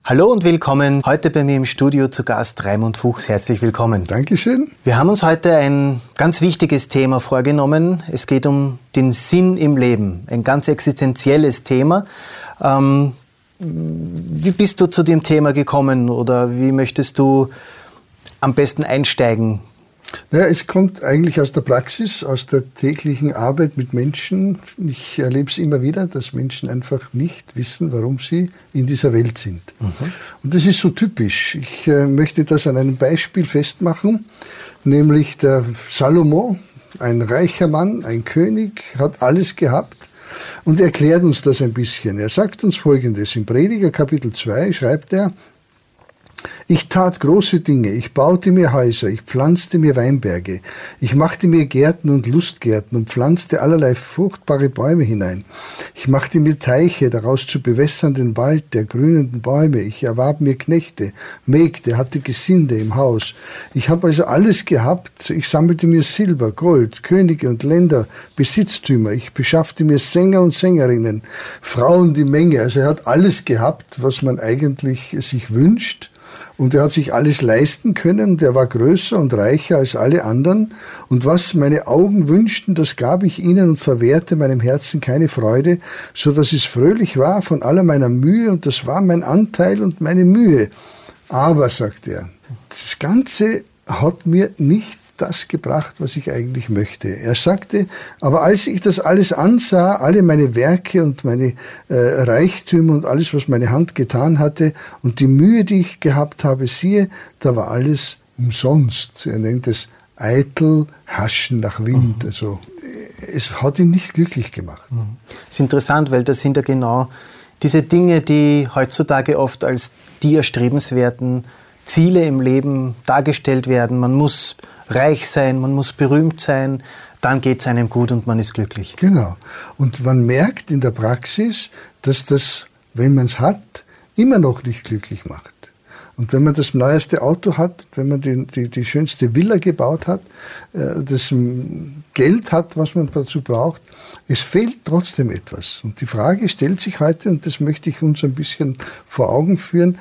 Hallo und willkommen. Heute bei mir im Studio zu Gast Raimund Fuchs. Herzlich willkommen. Dankeschön. Wir haben uns heute ein ganz wichtiges Thema vorgenommen. Es geht um den Sinn im Leben. Ein ganz existenzielles Thema. Wie bist du zu dem Thema gekommen oder wie möchtest du am besten einsteigen? Ja, es kommt eigentlich aus der Praxis, aus der täglichen Arbeit mit Menschen. Ich erlebe es immer wieder, dass Menschen einfach nicht wissen, warum sie in dieser Welt sind. Und das ist so typisch. Ich möchte das an einem Beispiel festmachen, nämlich der Salomo, ein reicher Mann, ein König, hat alles gehabt und erklärt uns das ein bisschen. Er sagt uns Folgendes, im Prediger Kapitel 2 schreibt er: Ich tat große Dinge, ich baute mir Häuser, ich pflanzte mir Weinberge, ich machte mir Gärten und Lustgärten und pflanzte allerlei fruchtbare Bäume hinein. Ich machte mir Teiche, daraus zu bewässern den Wald der grünenden Bäume. Ich erwarb mir Knechte, Mägde, hatte Gesinde im Haus. Ich habe also alles gehabt. Ich sammelte mir Silber, Gold, Könige und Länder, Besitztümer. Ich beschaffte mir Sänger und Sängerinnen, Frauen die Menge. Also er hat alles gehabt, was man eigentlich sich wünscht. Und er hat sich alles leisten können, der war größer und reicher als alle anderen. Und was meine Augen wünschten, das gab ich ihnen und verwehrte meinem Herzen keine Freude, so dass es fröhlich war von aller meiner Mühe und das war mein Anteil und meine Mühe. Aber, sagt er, das Ganze hat mir nicht das gebracht, was ich eigentlich möchte. Er sagte, aber als ich das alles ansah, alle meine Werke und meine Reichtümer und alles, was meine Hand getan hatte und die Mühe, die ich gehabt habe, siehe, da war alles umsonst. Er nennt es eitel Haschen nach Wind. Also es hat ihn nicht glücklich gemacht. Das ist interessant, weil das sind ja genau diese Dinge, die heutzutage oft als die erstrebenswerten Ziele im Leben dargestellt werden. Man muss reich sein, man muss berühmt sein, dann geht es einem gut und man ist glücklich. Genau. Und man merkt in der Praxis, dass das, wenn man es hat, immer noch nicht glücklich macht. Und wenn man das neueste Auto hat, wenn man die schönste Villa gebaut hat, das Geld hat, was man dazu braucht, es fehlt trotzdem etwas. Und die Frage stellt sich heute, und das möchte ich uns ein bisschen vor Augen führen,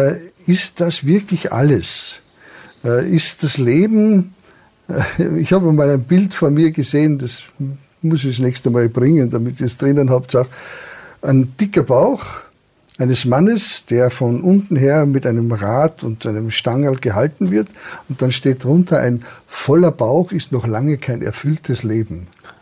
ist das wirklich alles? Ist das Leben, ich habe mal ein Bild von mir gesehen, das muss ich das nächste Mal bringen, damit ihr es drinnen habt, auch ein dicker Bauch eines Mannes, der von unten her mit einem Rad und einem Stangerl gehalten wird und dann steht drunter, ein voller Bauch ist noch lange kein erfülltes Leben.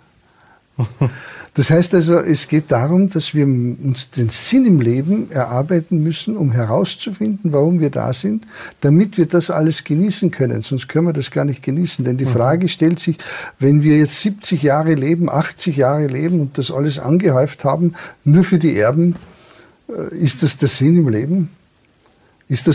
Das heißt also, es geht darum, dass wir uns den Sinn im Leben erarbeiten müssen, um herauszufinden, warum wir da sind, damit wir das alles genießen können. Sonst können wir das gar nicht genießen. Denn die Frage stellt sich, wenn wir jetzt 70 Jahre leben, 80 Jahre leben und das alles angehäuft haben, nur für die Erben, ist das der Sinn im Leben? Ist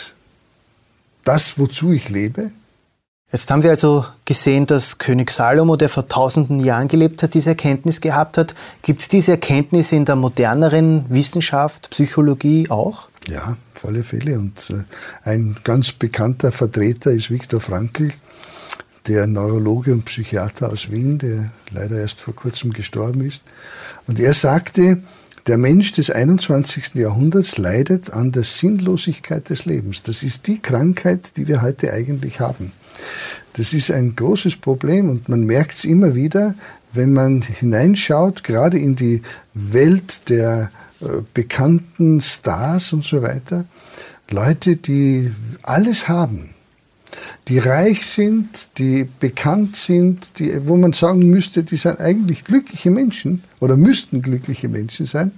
das, wozu ich lebe? Jetzt haben wir also gesehen, dass König Salomo, der vor tausenden Jahren gelebt hat, diese Erkenntnis gehabt hat. Gibt es diese Erkenntnis in der moderneren Wissenschaft, Psychologie auch? Ja, auf alle Fälle. Und ein ganz bekannter Vertreter ist Viktor Frankl, der Neurologe und Psychiater aus Wien, der leider erst vor kurzem gestorben ist. Und er sagte, der Mensch des 21. Jahrhunderts leidet an der Sinnlosigkeit des Lebens. Das ist die Krankheit, die wir heute eigentlich haben. Das ist ein großes Problem und man merkt es immer wieder, wenn man hineinschaut, gerade in die Welt der bekannten Stars und so weiter. Leute, die alles haben, die reich sind, die bekannt sind, wo man sagen müsste, die sind eigentlich glückliche Menschen oder müssten glückliche Menschen sein,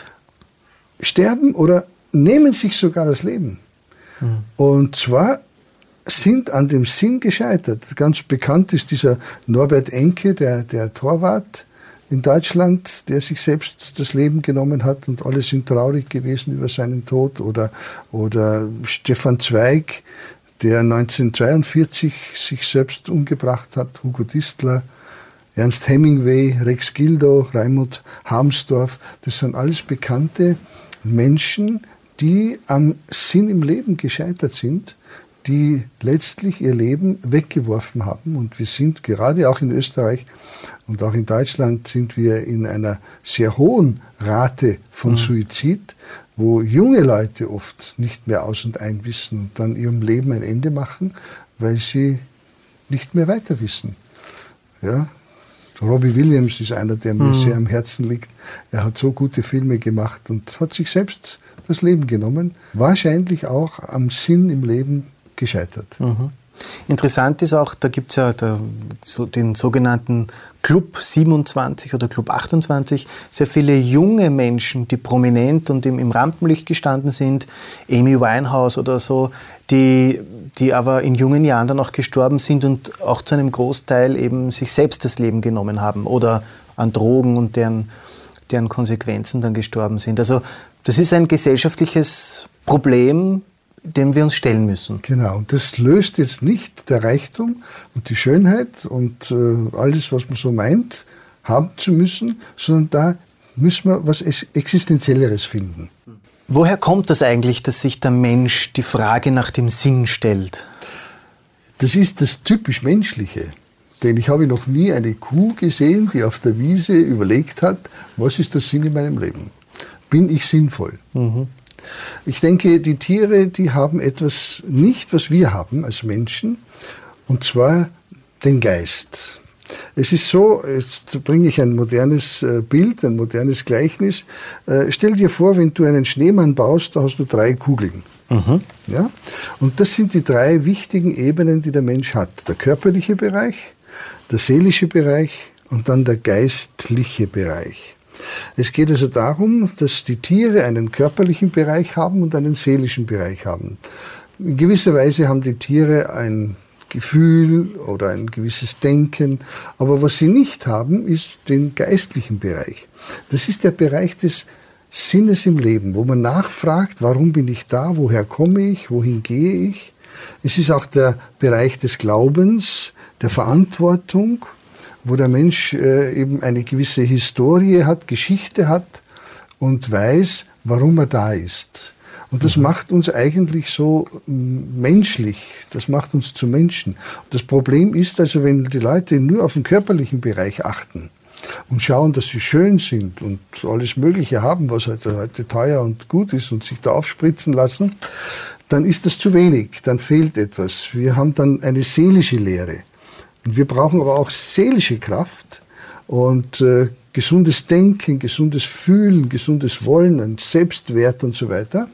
sterben oder nehmen sich sogar das Leben. Und zwar sind an dem Sinn gescheitert. Ganz bekannt ist dieser Norbert Enke, der Torwart in Deutschland, der sich selbst das Leben genommen hat und alle sind traurig gewesen über seinen Tod. Oder Stefan Zweig, der 1942 sich selbst umgebracht hat, Hugo Distler, Ernst Hemingway, Rex Gildo, Raimund Harmsdorf. Das sind alles bekannte Menschen, die am Sinn im Leben gescheitert sind, die letztlich ihr Leben weggeworfen haben. Und wir sind gerade auch in Österreich und auch in Deutschland sind wir in einer sehr hohen Rate von Suizid. wo junge Leute oft nicht mehr aus und ein wissen und dann ihrem Leben ein Ende machen, weil sie nicht mehr weiter wissen. Ja? Robbie Williams ist einer, der mir sehr am Herzen liegt. Er hat so gute Filme gemacht und hat sich selbst das Leben genommen. Wahrscheinlich auch am Sinn im Leben gescheitert. Mhm. Interessant ist auch, da gibt es ja den sogenannten Club 27 oder Club 28, sehr viele junge Menschen, die prominent und im Rampenlicht gestanden sind, Amy Winehouse oder so, die aber in jungen Jahren dann auch gestorben sind und auch zu einem Großteil eben sich selbst das Leben genommen haben oder an Drogen und deren Konsequenzen dann gestorben sind. Also das ist ein gesellschaftliches Problem, dem wir uns stellen müssen. Genau, und das löst jetzt nicht der Reichtum und die Schönheit und alles, was man so meint, haben zu müssen, sondern da müssen wir was Existenzielleres finden. Woher kommt das eigentlich, dass sich der Mensch die Frage nach dem Sinn stellt? Das ist das typisch Menschliche. Denn ich habe noch nie eine Kuh gesehen, die auf der Wiese überlegt hat, was ist der Sinn in meinem Leben? Bin ich sinnvoll? Mhm. Ich denke, die Tiere, die haben etwas nicht, was wir haben als Menschen, und zwar den Geist. Es ist so, jetzt bringe ich ein modernes Bild, ein modernes Gleichnis. Stell dir vor, wenn du einen Schneemann baust, da hast du 3 Kugeln. Mhm. Ja? Und das sind die 3 wichtigen Ebenen, die der Mensch hat. Der körperliche Bereich, der seelische Bereich und dann der geistliche Bereich. Es geht also darum, dass die Tiere einen körperlichen Bereich haben und einen seelischen Bereich haben. In gewisser Weise haben die Tiere ein Gefühl oder ein gewisses Denken, aber was sie nicht haben, ist den geistlichen Bereich. Das ist der Bereich des Sinnes im Leben, wo man nachfragt, warum bin ich da, woher komme ich, wohin gehe ich. Es ist auch der Bereich des Glaubens, der Verantwortung, wo der Mensch eben eine gewisse Historie hat, Geschichte hat und weiß, warum er da ist. Und das macht uns eigentlich so menschlich, das macht uns zu Menschen. Und das Problem ist also, wenn die Leute nur auf den körperlichen Bereich achten und schauen, dass sie schön sind und alles Mögliche haben, was heute teuer und gut ist und sich da aufspritzen lassen, dann ist das zu wenig, dann fehlt etwas. Wir haben dann eine seelische Leere. Und wir brauchen aber auch seelische Kraft und gesundes Denken, gesundes Fühlen, gesundes Wollen, ein Selbstwert und so weiter.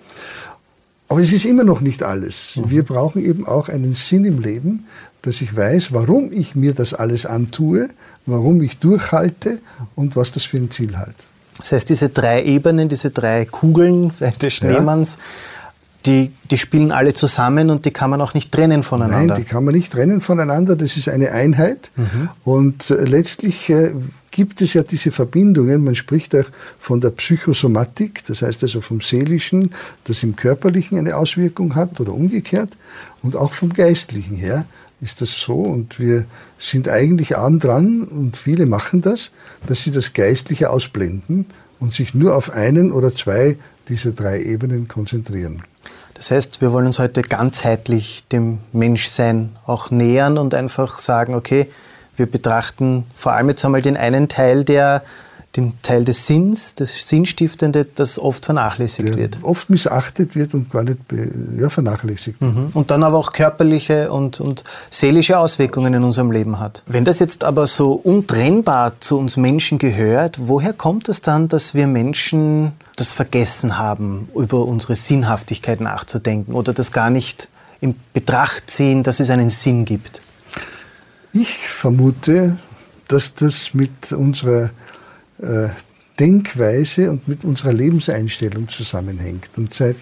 Aber es ist immer noch nicht alles. Wir brauchen eben auch einen Sinn im Leben, dass ich weiß, warum ich mir das alles antue, warum ich durchhalte und was das für ein Ziel hat. Das heißt, diese 3 Ebenen, diese 3 Kugeln des Schneemanns, die spielen alle zusammen und die kann man auch nicht trennen voneinander. Nein, die kann man nicht trennen voneinander. Das ist eine Einheit. Mhm. Und letztlich gibt es ja diese Verbindungen. Man spricht auch von der Psychosomatik, das heißt also vom Seelischen, das im Körperlichen eine Auswirkung hat oder umgekehrt. Und auch vom Geistlichen her ist das so. Und wir sind eigentlich arm dran, und viele machen das, dass sie das Geistliche ausblenden und sich nur auf einen oder 2 dieser 3 Ebenen konzentrieren. Das heißt, wir wollen uns heute ganzheitlich dem Menschsein auch nähern und einfach sagen, okay, wir betrachten vor allem jetzt einmal den einen Teil, den Teil des Sinns, das Sinnstiftende, das oft vernachlässigt wird. Oft missachtet wird und gar nicht vernachlässigt wird. Mhm. Und dann aber auch körperliche und seelische Auswirkungen in unserem Leben hat. Wenn das jetzt aber so untrennbar zu uns Menschen gehört, woher kommt es dann, dass wir Menschen das vergessen haben, über unsere Sinnhaftigkeit nachzudenken oder das gar nicht in Betracht ziehen, dass es einen Sinn gibt? Ich vermute, dass das mit unserer Denkweise und mit unserer Lebenseinstellung zusammenhängt. Und seit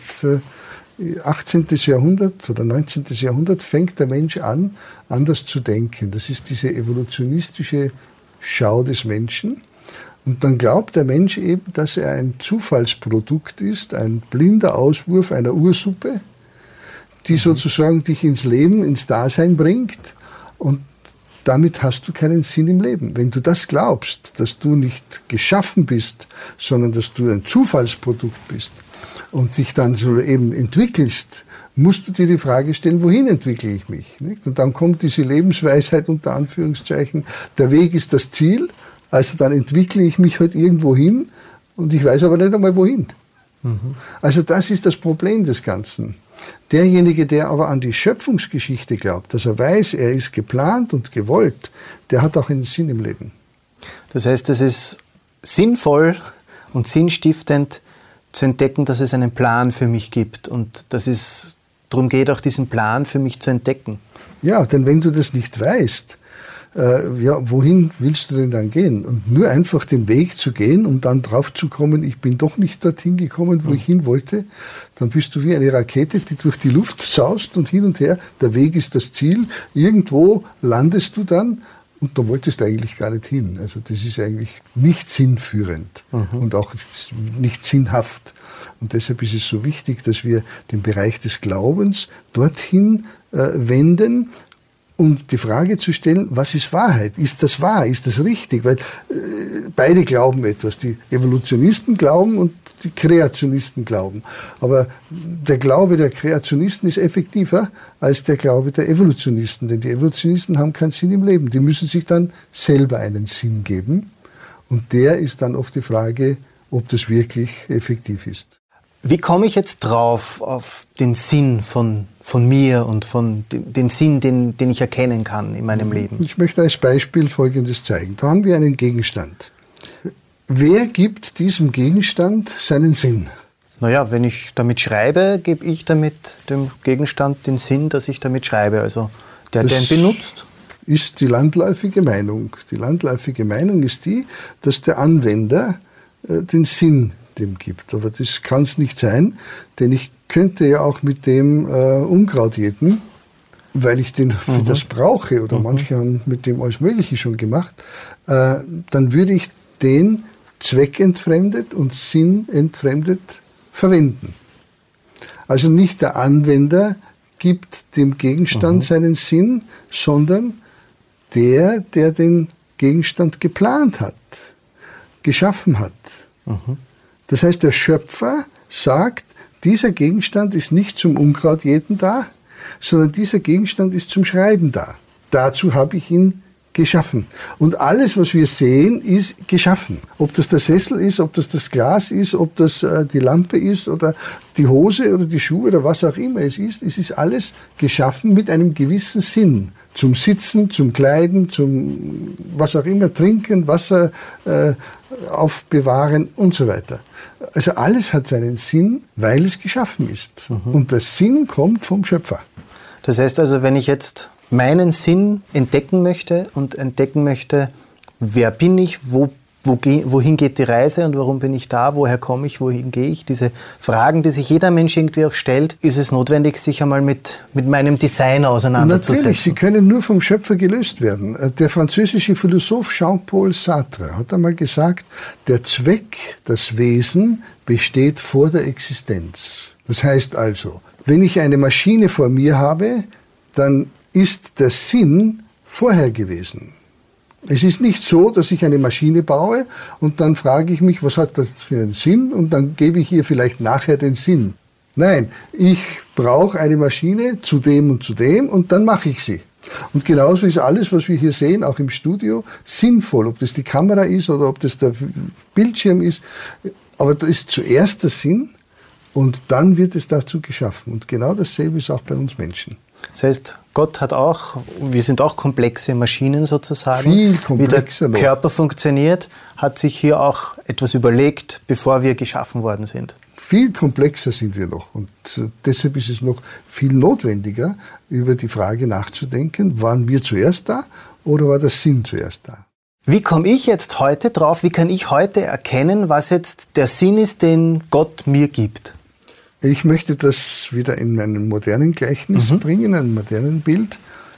18. Jahrhundert oder 19. Jahrhundert fängt der Mensch an, anders zu denken. Das ist diese evolutionistische Schau des Menschen. Und dann glaubt der Mensch eben, dass er ein Zufallsprodukt ist, ein blinder Auswurf einer Ursuppe, die sozusagen dich ins Leben, ins Dasein bringt. Und damit hast du keinen Sinn im Leben. Wenn du das glaubst, dass du nicht geschaffen bist, sondern dass du ein Zufallsprodukt bist und dich dann so eben entwickelst, musst du dir die Frage stellen, wohin entwickle ich mich? Nicht? Und dann kommt diese Lebensweisheit unter Anführungszeichen, der Weg ist das Ziel, also dann entwickle ich mich halt irgendwo hin und ich weiß aber nicht einmal wohin. Also das ist das Problem des Ganzen. Derjenige, der aber an die Schöpfungsgeschichte glaubt, dass er weiß, er ist geplant und gewollt, der hat auch einen Sinn im Leben. Das heißt, es ist sinnvoll und sinnstiftend zu entdecken, dass es einen Plan für mich gibt und dass es darum geht, auch diesen Plan für mich zu entdecken. Ja, denn wenn du das nicht weißt, wohin willst du denn dann gehen? Und nur einfach den Weg zu gehen, um dann drauf zu kommen, ich bin doch nicht dorthin gekommen, wo ich hin wollte, dann bist du wie eine Rakete, die durch die Luft saust und hin und her. Der Weg ist das Ziel. Irgendwo landest du dann und da wolltest du eigentlich gar nicht hin. Also das ist eigentlich nicht sinnführend und auch nicht sinnhaft. Und deshalb ist es so wichtig, dass wir den Bereich des Glaubens dorthin wenden, um die Frage zu stellen, was ist Wahrheit? Ist das wahr? Ist das richtig? Weil beide glauben etwas. Die Evolutionisten glauben und die Kreationisten glauben. Aber der Glaube der Kreationisten ist effektiver als der Glaube der Evolutionisten. Denn die Evolutionisten haben keinen Sinn im Leben. Die müssen sich dann selber einen Sinn geben. Und der ist dann oft die Frage, ob das wirklich effektiv ist. Wie komme ich jetzt drauf auf den Sinn von mir und von den Sinn, den ich erkennen kann in meinem Leben? Ich möchte als Beispiel Folgendes zeigen. Da haben wir einen Gegenstand. Wer gibt diesem Gegenstand seinen Sinn? Naja, wenn ich damit schreibe, gebe ich damit dem Gegenstand den Sinn, dass ich damit schreibe. Also der ihn benutzt. Ist die landläufige Meinung. Die landläufige Meinung ist die, dass der Anwender den Sinn dem gibt. Aber das kann es nicht sein, denn ich könnte ja auch mit dem Unkraut jäten, weil ich den für das brauche, oder manche haben mit dem alles Mögliche schon gemacht, dann würde ich den zweckentfremdet und sinnentfremdet verwenden. Also nicht der Anwender gibt dem Gegenstand seinen Sinn, sondern der den Gegenstand geplant hat, geschaffen hat. Das heißt, der Schöpfer sagt, dieser Gegenstand ist nicht zum Unkrautjäten da, sondern dieser Gegenstand ist zum Schreiben da. Dazu habe ich ihn geschaffen. Und alles, was wir sehen, ist geschaffen. Ob das der Sessel ist, ob das das Glas ist, ob das die Lampe ist oder die Hose oder die Schuhe oder was auch immer es ist alles geschaffen mit einem gewissen Sinn. Zum Sitzen, zum Kleiden, zum was auch immer, Trinken, Wasser aufbewahren und so weiter. Also alles hat seinen Sinn, weil es geschaffen ist. Und der Sinn kommt vom Schöpfer. Das heißt also, wenn ich jetzt meinen Sinn entdecken möchte und entdecken möchte, wer bin ich, wohin geht die Reise und warum bin ich da, woher komme ich, wohin gehe ich, diese Fragen, die sich jeder Mensch irgendwie auch stellt, ist es notwendig, sich einmal mit meinem Design auseinanderzusetzen. Natürlich, sie können nur vom Schöpfer gelöst werden. Der französische Philosoph Jean-Paul Sartre hat einmal gesagt, der Zweck, das Wesen besteht vor der Existenz. Das heißt also, wenn ich eine Maschine vor mir habe, dann ist der Sinn vorher gewesen. Es ist nicht so, dass ich eine Maschine baue und dann frage ich mich, was hat das für einen Sinn und dann gebe ich ihr vielleicht nachher den Sinn. Nein, ich brauche eine Maschine zu dem und dann mache ich sie. Und genauso ist alles, was wir hier sehen, auch im Studio, sinnvoll. Ob das die Kamera ist oder ob das der Bildschirm ist. Aber da ist zuerst der Sinn und dann wird es dazu geschaffen. Und genau dasselbe ist auch bei uns Menschen. Das heißt, Gott hat auch, wir sind auch komplexe Maschinen sozusagen. Viel komplexer noch. Wie der Körper funktioniert, hat sich hier auch etwas überlegt, bevor wir geschaffen worden sind. Viel komplexer sind wir noch und deshalb ist es noch viel notwendiger, über die Frage nachzudenken, waren wir zuerst da oder war der Sinn zuerst da? Wie komme ich jetzt heute drauf, wie kann ich heute erkennen, was jetzt der Sinn ist, den Gott mir gibt? Ich möchte das wieder in einen modernen Gleichnis bringen, einen modernen Bild.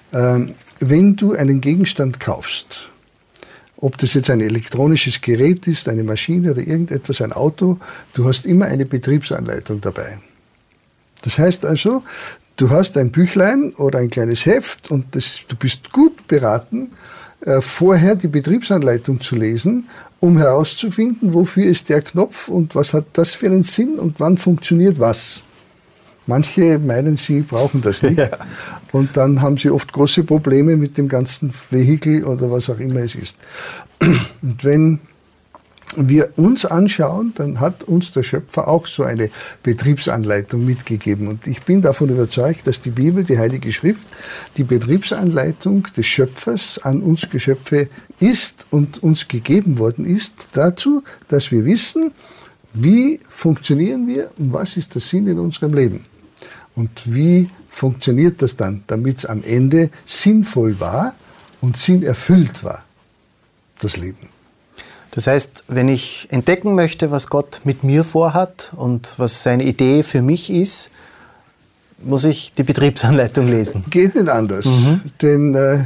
Wenn du einen Gegenstand kaufst, ob das jetzt ein elektronisches Gerät ist, eine Maschine oder irgendetwas, ein Auto, du hast immer eine Betriebsanleitung dabei. Das heißt also, du hast ein Büchlein oder ein kleines Heft und du bist gut beraten, vorher die Betriebsanleitung zu lesen, um herauszufinden, wofür ist der Knopf und was hat das für einen Sinn und wann funktioniert was. Manche meinen, sie brauchen das nicht. Ja. Und dann haben sie oft große Probleme mit dem ganzen Vehikel oder was auch immer es ist. Und wenn wir uns anschauen, dann hat uns der Schöpfer auch so eine Betriebsanleitung mitgegeben. Und ich bin davon überzeugt, dass die Bibel, die Heilige Schrift, die Betriebsanleitung des Schöpfers an uns Geschöpfe ist und uns gegeben worden ist, dazu, dass wir wissen, wie funktionieren wir und was ist der Sinn in unserem Leben. Und wie funktioniert das dann, damit es am Ende sinnvoll war und sinnerfüllt war, das Leben. Das heißt, wenn ich entdecken möchte, was Gott mit mir vorhat und was seine Idee für mich ist, muss ich die Betriebsanleitung lesen. Geht nicht anders. Denn,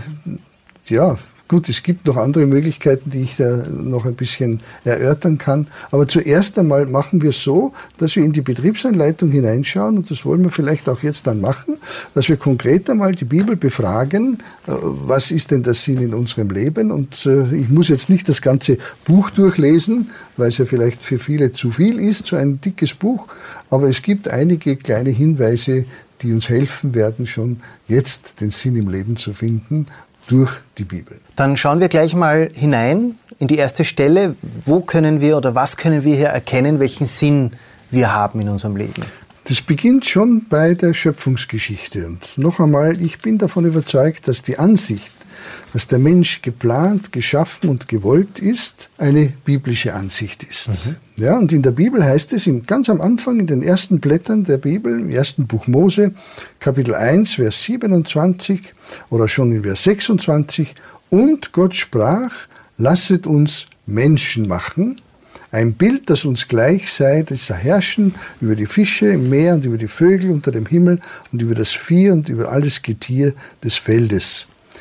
gut, es gibt noch andere Möglichkeiten, die ich da noch ein bisschen erörtern kann. Aber zuerst einmal machen wir es so, dass wir in die Betriebsanleitung hineinschauen, und das wollen wir vielleicht auch jetzt dann machen, dass wir konkret einmal die Bibel befragen, was ist denn der Sinn in unserem Leben? Und ich muss jetzt nicht das ganze Buch durchlesen, weil es ja vielleicht für viele zu viel ist, so ein dickes Buch, aber es gibt einige kleine Hinweise, die uns helfen werden, schon jetzt den Sinn im Leben zu finden, durch die Bibel. Dann schauen wir gleich mal hinein in die erste Stelle. Wo können wir oder was können wir hier erkennen, welchen Sinn wir haben in unserem Leben? Das beginnt schon bei der Schöpfungsgeschichte. Und noch einmal, ich bin davon überzeugt, dass die Ansicht, dass der Mensch geplant, geschaffen und gewollt ist, eine biblische Ansicht ist. Ja, und in der Bibel heißt es ganz am Anfang, in den ersten Blättern der Bibel, im ersten Buch Mose, Kapitel 1, Vers 27 oder schon in Vers 26, und Gott sprach, lasset uns Menschen machen, ein Bild, das uns gleich sei, das herrschen über die Fische im Meer und über die Vögel unter dem Himmel und über das Vieh und über alles Getier des Feldes.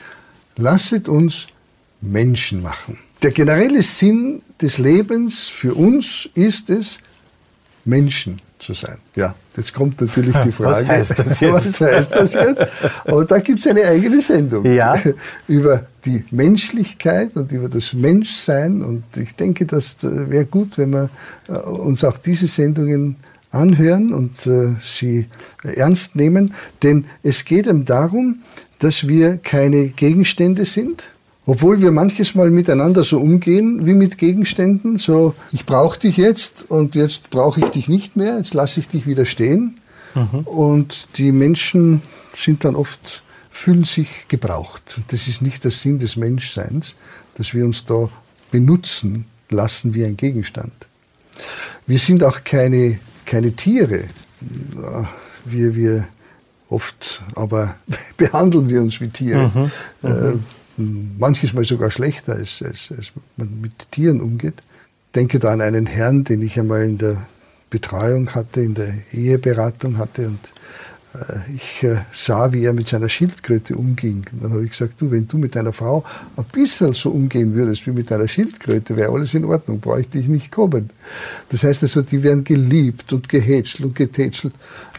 Lasset uns Menschen machen. Der generelle Sinn des Lebens für uns ist es, Menschen zu sein. Ja, jetzt kommt natürlich die Frage, was heißt das jetzt? Was heißt das jetzt? Aber da gibt es eine eigene Sendung über die Menschlichkeit und über das Menschsein. Und ich denke, das wäre gut, wenn wir uns auch diese Sendungen anhören und sie ernst nehmen. Denn es geht eben darum, dass wir keine Gegenstände sind, obwohl wir manches Mal miteinander so umgehen wie mit Gegenständen. So, ich brauche dich jetzt und jetzt brauche ich dich nicht mehr, jetzt lasse ich dich wieder stehen. Und die Menschen sind dann oft, fühlen sich gebraucht. Und das ist nicht der Sinn des Menschseins, dass wir uns da benutzen lassen wie ein Gegenstand. Wir sind auch keine Tiere. Wir oft, aber behandeln wir uns wie Tiere. Manches Mal sogar schlechter, als man mit Tieren umgeht. Denke da an einen Herrn, den ich einmal in der Betreuung hatte, in der Eheberatung hatte, und ich sah, wie er mit seiner Schildkröte umging. Und dann habe ich gesagt, du, wenn du mit deiner Frau ein bisschen so umgehen würdest wie mit deiner Schildkröte, wäre alles in Ordnung, bräuchte ich nicht kommen. Das heißt also, die werden geliebt und gehätschelt und getätschelt.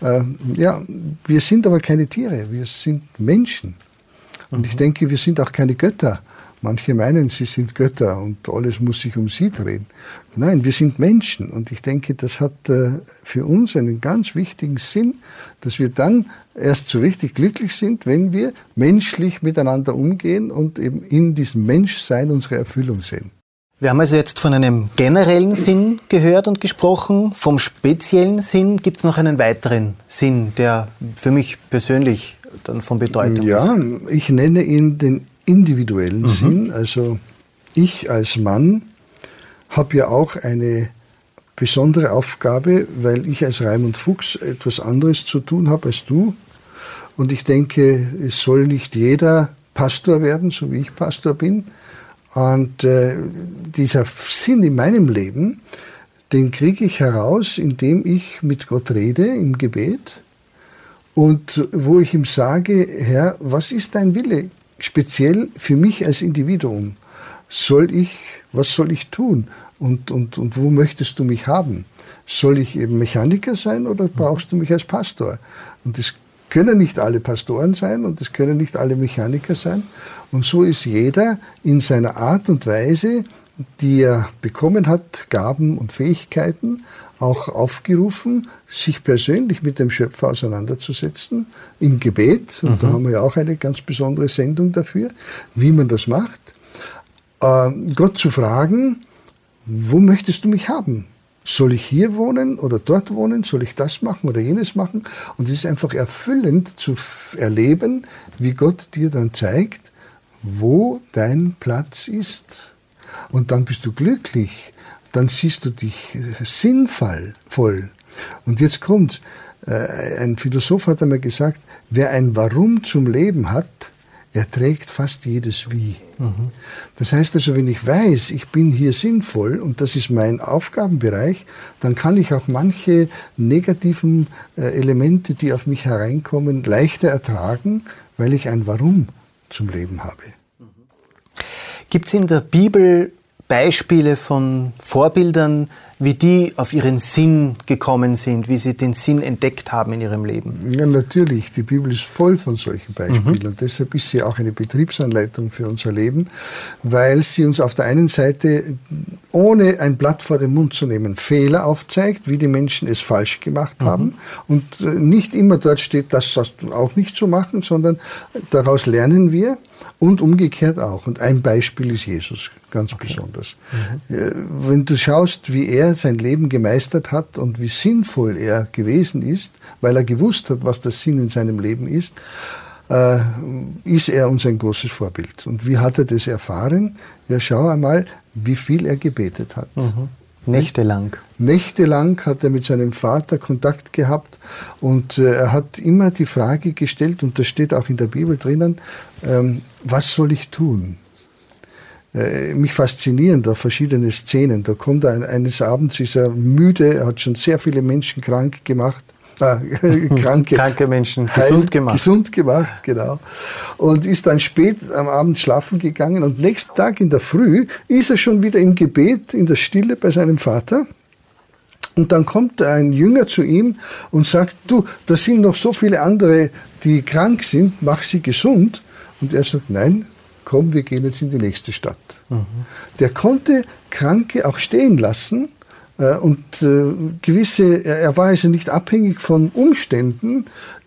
Wir sind aber keine Tiere, wir sind Menschen. Und ich denke, wir sind auch keine Götter. Manche meinen, sie sind Götter und alles muss sich um sie drehen. Nein, wir sind Menschen. Und ich denke, das hat für uns einen ganz wichtigen Sinn, dass wir dann erst so richtig glücklich sind, wenn wir menschlich miteinander umgehen und eben in diesem Menschsein unsere Erfüllung sehen. Wir haben also jetzt von einem generellen Sinn gehört und gesprochen. Vom speziellen Sinn gibt es noch einen weiteren Sinn, der für mich persönlich dann von Bedeutung ist. Ja, ich nenne ihn den individuellen Sinn. Also ich als Mann habe ja auch eine besondere Aufgabe, weil ich als Raimund Fuchs etwas anderes zu tun habe als du. Und ich denke, es soll nicht jeder Pastor werden, so wie ich Pastor bin. Und dieser Sinn in meinem Leben, den kriege ich heraus, indem ich mit Gott rede im Gebet und wo ich ihm sage, Herr, was ist dein Wille? Speziell für mich als Individuum. Was soll ich tun? Und wo möchtest du mich haben? Soll ich eben Mechaniker sein oder brauchst du mich als Pastor? Und das können nicht alle Pastoren sein und es können nicht alle Mechaniker sein. Und so ist jeder in seiner Art und Weise, die er bekommen hat, Gaben und Fähigkeiten, auch aufgerufen, sich persönlich mit dem Schöpfer auseinanderzusetzen, im Gebet. Und da haben wir ja auch eine ganz besondere Sendung dafür, wie man das macht. Gott zu fragen, wo möchtest du mich haben? Soll ich hier wohnen oder dort wohnen? Soll ich das machen oder jenes machen? Und es ist einfach erfüllend zu erleben, wie Gott dir dann zeigt, wo dein Platz ist. Und dann bist du glücklich. Dann siehst du dich sinnvoll. Und jetzt kommt's. Ein Philosoph hat einmal gesagt, wer ein Warum zum Leben hat, erträgt fast jedes Wie. Mhm. Das heißt also, wenn ich weiß, ich bin hier sinnvoll und das ist mein Aufgabenbereich, dann kann ich auch manche negativen Elemente, die auf mich hereinkommen, leichter ertragen, weil ich ein Warum zum Leben habe. Gibt es in der Bibel Beispiele von Vorbildern, wie die auf ihren Sinn gekommen sind, wie sie den Sinn entdeckt haben in ihrem Leben? Ja, natürlich. Die Bibel ist voll von solchen Beispielen. Und deshalb ist sie auch eine Betriebsanleitung für unser Leben, weil sie uns auf der einen Seite, ohne ein Blatt vor den Mund zu nehmen, Fehler aufzeigt, wie die Menschen es falsch gemacht haben. Und nicht immer dort steht, das sollst du auch nicht so machen, sondern daraus lernen wir. Und umgekehrt auch. Und ein Beispiel ist Jesus, ganz besonders. Wenn du schaust, wie er sein Leben gemeistert hat und wie sinnvoll er gewesen ist, weil er gewusst hat, was der Sinn in seinem Leben ist er uns ein großes Vorbild. Und wie hat er das erfahren? Ja, schau einmal, wie viel er gebetet hat. Nächtelang. Nächtelang hat er mit seinem Vater Kontakt gehabt und er hat immer die Frage gestellt, und das steht auch in der Bibel drinnen, was soll ich tun? Mich faszinieren da verschiedene Szenen. Da kommt er eines Abends, ist er müde, er hat schon sehr viele Menschen krank gemacht. Kranke Menschen gesund gemacht. Gesund gemacht, genau. Und ist dann spät am Abend schlafen gegangen und nächsten Tag in der Früh ist er schon wieder im Gebet, in der Stille bei seinem Vater. Und dann kommt ein Jünger zu ihm und sagt, du, da sind noch so viele andere, die krank sind, mach sie gesund. Und er sagt, nein, komm, wir gehen jetzt in die nächste Stadt. Der konnte Kranke auch stehen lassen. Und er war also nicht abhängig von Umständen.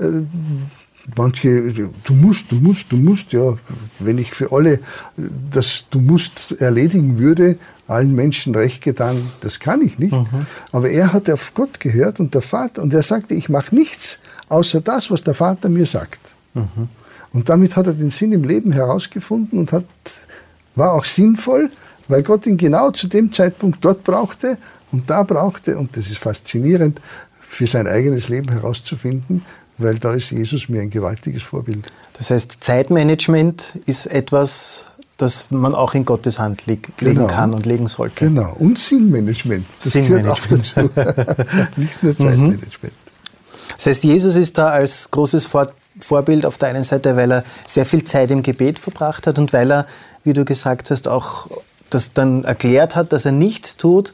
Manche, du musst, ja, wenn ich für alle das du musst erledigen würde, allen Menschen recht getan, das kann ich nicht. Aber er hat auf Gott gehört und der Vater, und er sagte, ich mache nichts, außer das, was der Vater mir sagt. Und damit hat er den Sinn im Leben herausgefunden und war auch sinnvoll, weil Gott ihn genau zu dem Zeitpunkt dort brauchte und da brauchte, und das ist faszinierend, für sein eigenes Leben herauszufinden, weil da ist Jesus mir ein gewaltiges Vorbild. Das heißt, Zeitmanagement ist etwas, das man auch in Gottes Hand legen kann und legen sollte. Genau, und Sinnmanagement, das gehört auch dazu. Nicht nur Zeitmanagement. Das heißt, Jesus ist da als großes Vorbild auf der einen Seite, weil er sehr viel Zeit im Gebet verbracht hat und weil er, wie du gesagt hast, auch das dann erklärt hat, dass er nichts tut,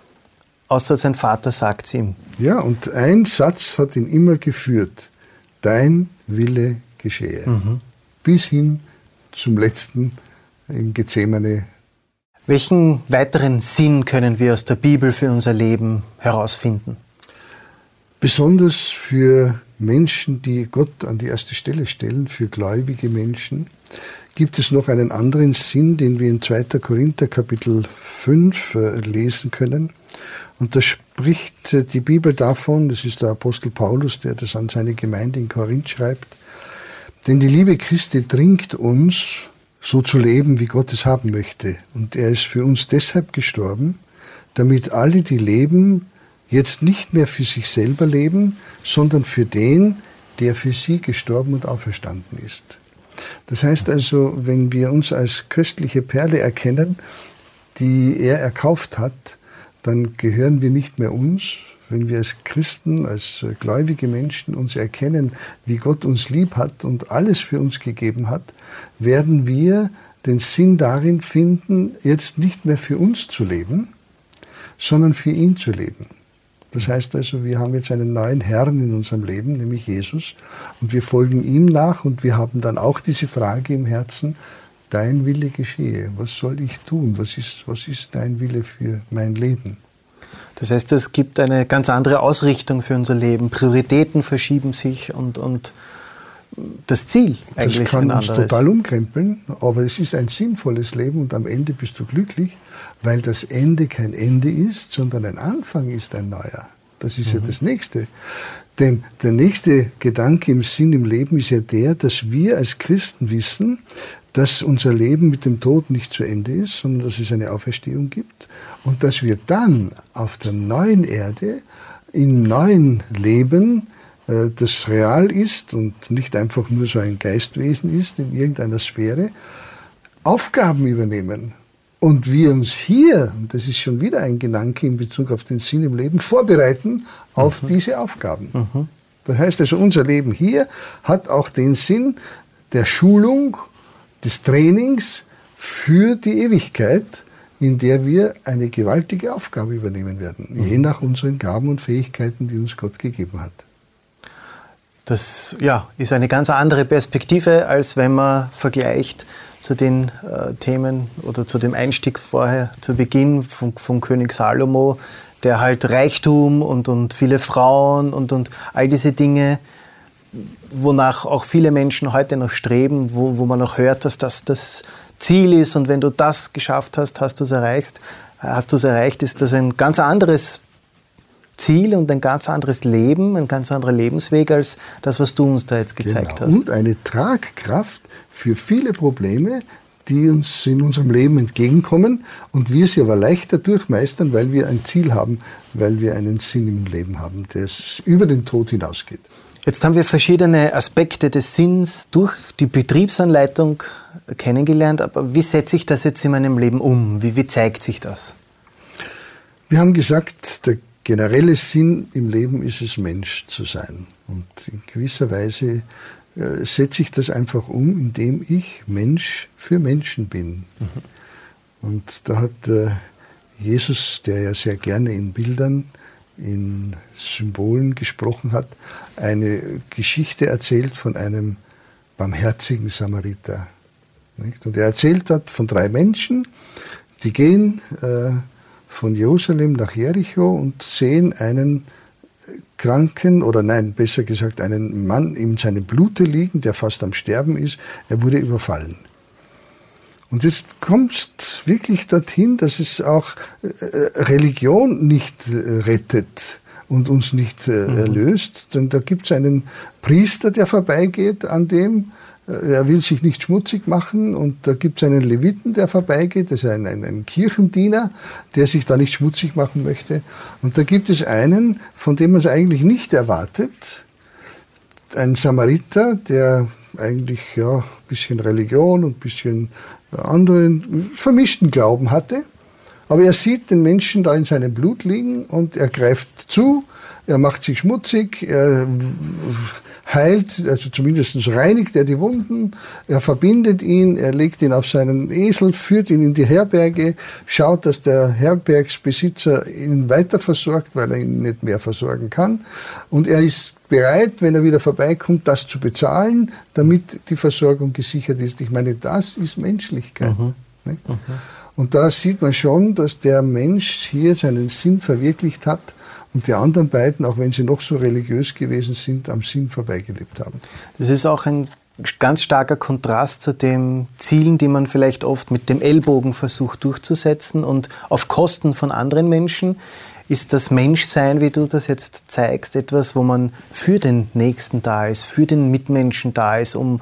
außer sein Vater sagt es ihm. Ja, und ein Satz hat ihn immer geführt. Dein Wille geschehe. Bis hin zum letzten im Gethsemane. Welchen weiteren Sinn können wir aus der Bibel für unser Leben herausfinden? Besonders für Menschen, die Gott an die erste Stelle stellen, für gläubige Menschen, gibt es noch einen anderen Sinn, den wir in 2. Korinther Kapitel 5 lesen können. Und da spricht die Bibel davon, das ist der Apostel Paulus, der das an seine Gemeinde in Korinth schreibt, denn die Liebe Christi dringt uns, so zu leben, wie Gott es haben möchte. Und er ist für uns deshalb gestorben, damit alle, die leben, jetzt nicht mehr für sich selber leben, sondern für den, der für sie gestorben und auferstanden ist. Das heißt also, wenn wir uns als köstliche Perle erkennen, die er erkauft hat, dann gehören wir nicht mehr uns. Wenn wir als Christen, als gläubige Menschen uns erkennen, wie Gott uns lieb hat und alles für uns gegeben hat, werden wir den Sinn darin finden, jetzt nicht mehr für uns zu leben, sondern für ihn zu leben. Das heißt also, wir haben jetzt einen neuen Herrn in unserem Leben, nämlich Jesus, und wir folgen ihm nach und wir haben dann auch diese Frage im Herzen, dein Wille geschehe, was soll ich tun, was ist dein Wille für mein Leben? Das heißt, es gibt eine ganz andere Ausrichtung für unser Leben, Prioritäten verschieben sich und das Ziel eigentlich das kann ein uns anderes. total umkrempeln, aber es ist ein sinnvolles Leben und am Ende bist du glücklich, weil das Ende kein Ende ist, sondern ein Anfang ist ein neuer. Das ist ja das Nächste. Denn der nächste Gedanke im Sinn im Leben ist ja der, dass wir als Christen wissen, dass unser Leben mit dem Tod nicht zu Ende ist, sondern dass es eine Auferstehung gibt und dass wir dann auf der neuen Erde, im neuen Leben, das real ist und nicht einfach nur so ein Geistwesen ist in irgendeiner Sphäre, Aufgaben übernehmen. Und wir uns hier, und das ist schon wieder ein Gedanke in Bezug auf den Sinn im Leben, vorbereiten auf diese Aufgaben. Das heißt also, unser Leben hier hat auch den Sinn der Schulung, des Trainings für die Ewigkeit, in der wir eine gewaltige Aufgabe übernehmen werden, je nach unseren Gaben und Fähigkeiten, die uns Gott gegeben hat. Das ist eine ganz andere Perspektive, als wenn man vergleicht zu den Themen oder zu dem Einstieg vorher, zu Beginn von König Salomo, der halt Reichtum und viele Frauen und all diese Dinge, wonach auch viele Menschen heute noch streben, wo man noch hört, dass das das Ziel ist und wenn du das geschafft hast, hast du es erreicht, ist das ein ganz anderes Ziel und ein ganz anderes Leben, ein ganz anderer Lebensweg als das, was du uns da jetzt gezeigt hast. Und eine Tragkraft für viele Probleme, die uns in unserem Leben entgegenkommen und wir sie aber leichter durchmeistern, weil wir ein Ziel haben, weil wir einen Sinn im Leben haben, der über den Tod hinausgeht. Jetzt haben wir verschiedene Aspekte des Sinns durch die Betriebsanleitung kennengelernt, aber wie setze ich das jetzt in meinem Leben um? Wie zeigt sich das? Wir haben gesagt, der generelle Sinn im Leben ist es, Mensch zu sein. Und in gewisser Weise setze ich das einfach um, indem ich Mensch für Menschen bin. Und da hat Jesus, der ja sehr gerne in Bildern, in Symbolen gesprochen hat, eine Geschichte erzählt von einem barmherzigen Samariter. Nicht? Und er erzählt hat von 3 Menschen, die gehen von Jerusalem nach Jericho und sehen einen Kranken, oder nein, besser gesagt, einen Mann in seinem Blute liegen, der fast am Sterben ist. Er wurde überfallen. Und jetzt kommst wirklich dorthin, dass es auch Religion nicht rettet und uns nicht erlöst. Denn da gibt es einen Priester, der vorbeigeht an dem, er will sich nicht schmutzig machen, und da gibt es einen Leviten, der vorbeigeht, das ist ein Kirchendiener, der sich da nicht schmutzig machen möchte. Und da gibt es einen, von dem man es eigentlich nicht erwartet, ein Samariter, der eigentlich ein bisschen Religion und ein bisschen anderen vermischten Glauben hatte. Aber er sieht den Menschen da in seinem Blut liegen und er greift zu, er macht sich schmutzig, er heilt, also zumindest reinigt er die Wunden, er verbindet ihn, er legt ihn auf seinen Esel, führt ihn in die Herberge, schaut, dass der Herbergsbesitzer ihn weiter versorgt, weil er ihn nicht mehr versorgen kann. Und er ist bereit, wenn er wieder vorbeikommt, das zu bezahlen, damit die Versorgung gesichert ist. Ich meine, das ist Menschlichkeit. Ne? Und da sieht man schon, dass der Mensch hier seinen Sinn verwirklicht hat und die anderen beiden, auch wenn sie noch so religiös gewesen sind, am Sinn vorbeigelebt haben. Das ist auch ein ganz starker Kontrast zu den Zielen, die man vielleicht oft mit dem Ellbogen versucht durchzusetzen und auf Kosten von anderen Menschen. Ist das Menschsein, wie du das jetzt zeigst, etwas, wo man für den Nächsten da ist, für den Mitmenschen da ist, um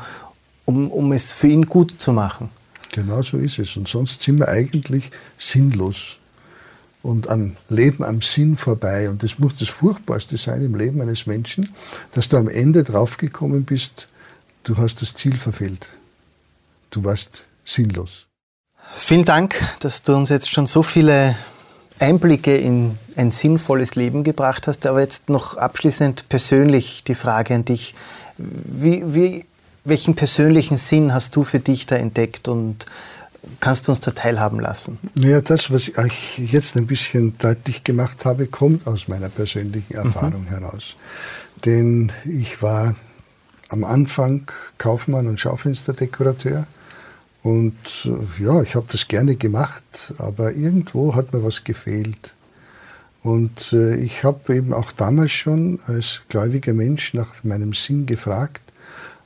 es für ihn gut zu machen? Genau so ist es. Und sonst sind wir eigentlich sinnlos und am Leben, am Sinn vorbei. Und das muss das Furchtbarste sein im Leben eines Menschen, dass du am Ende draufgekommen bist, du hast das Ziel verfehlt. Du warst sinnlos. Vielen Dank, dass du uns jetzt schon so viele Einblicke in ein sinnvolles Leben gebracht hast. Aber jetzt noch abschließend persönlich die Frage an dich. Welchen persönlichen Sinn hast du für dich da entdeckt und kannst du uns da teilhaben lassen? Ja, das, was ich jetzt ein bisschen deutlich gemacht habe, kommt aus meiner persönlichen Erfahrung heraus. Denn ich war am Anfang Kaufmann und Schaufensterdekorateur und ja, ich habe das gerne gemacht, aber irgendwo hat mir was gefehlt. Und ich habe eben auch damals schon als gläubiger Mensch nach meinem Sinn gefragt.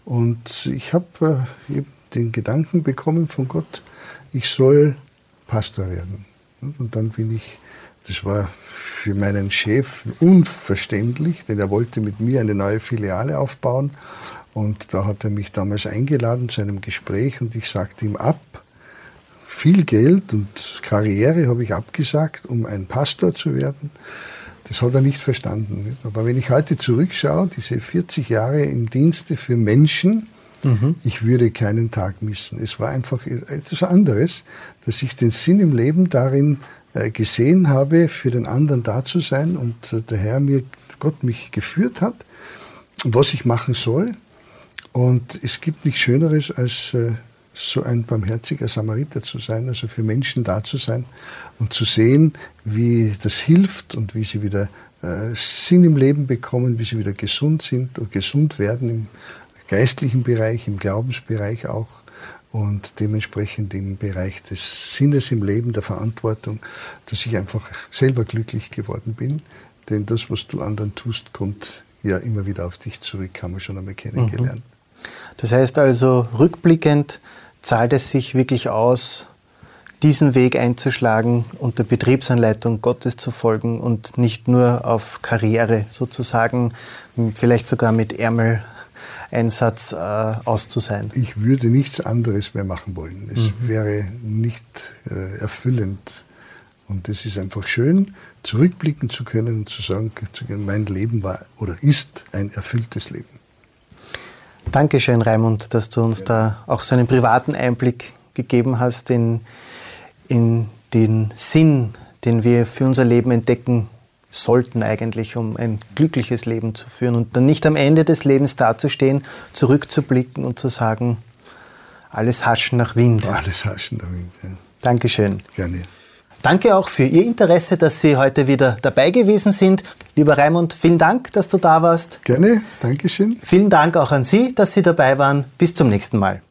Und ich habe eben den Gedanken bekommen von Gott, ich soll Pastor werden. Und dann das war für meinen Chef unverständlich, denn er wollte mit mir eine neue Filiale aufbauen. Und da hat er mich damals eingeladen zu einem Gespräch und ich sagte ihm ab. Viel Geld und Karriere habe ich abgesagt, um ein Pastor zu werden. Das hat er nicht verstanden. Aber wenn ich heute zurückschaue, diese 40 Jahre im Dienste für Menschen, ich würde keinen Tag missen. Es war einfach etwas anderes, dass ich den Sinn im Leben darin gesehen habe, für den anderen da zu sein und der Herr Gott mich geführt hat, was ich machen soll. Und es gibt nichts Schöneres, als so ein barmherziger Samariter zu sein, also für Menschen da zu sein und zu sehen, wie das hilft und wie sie wieder Sinn im Leben bekommen, wie sie wieder gesund sind und gesund werden im geistlichen Bereich, im Glaubensbereich auch und dementsprechend im Bereich des Sinnes im Leben, der Verantwortung, dass ich einfach selber glücklich geworden bin. Denn das, was du anderen tust, kommt ja immer wieder auf dich zurück, haben wir schon einmal kennengelernt. Das heißt also, rückblickend zahlt es sich wirklich aus, diesen Weg einzuschlagen und der Betriebsanleitung Gottes zu folgen und nicht nur auf Karriere sozusagen, vielleicht sogar mit Ärmeleinsatz aus zu sein. Ich würde nichts anderes mehr machen wollen. Es wäre nicht erfüllend. Und es ist einfach schön, zurückblicken zu können und zu sagen, mein Leben war oder ist ein erfülltes Leben. Dankeschön, Raimund, dass du uns da auch so einen privaten Einblick gegeben hast in den Sinn, den wir für unser Leben entdecken sollten eigentlich, um ein glückliches Leben zu führen und dann nicht am Ende des Lebens dazustehen, zurückzublicken und zu sagen, alles haschen nach Wind. Alles haschen nach Wind, ja. Dankeschön. Gerne. Danke auch für Ihr Interesse, dass Sie heute wieder dabei gewesen sind. Lieber Raimund, vielen Dank, dass du da warst. Gerne, Dankeschön. Vielen Dank auch an Sie, dass Sie dabei waren. Bis zum nächsten Mal.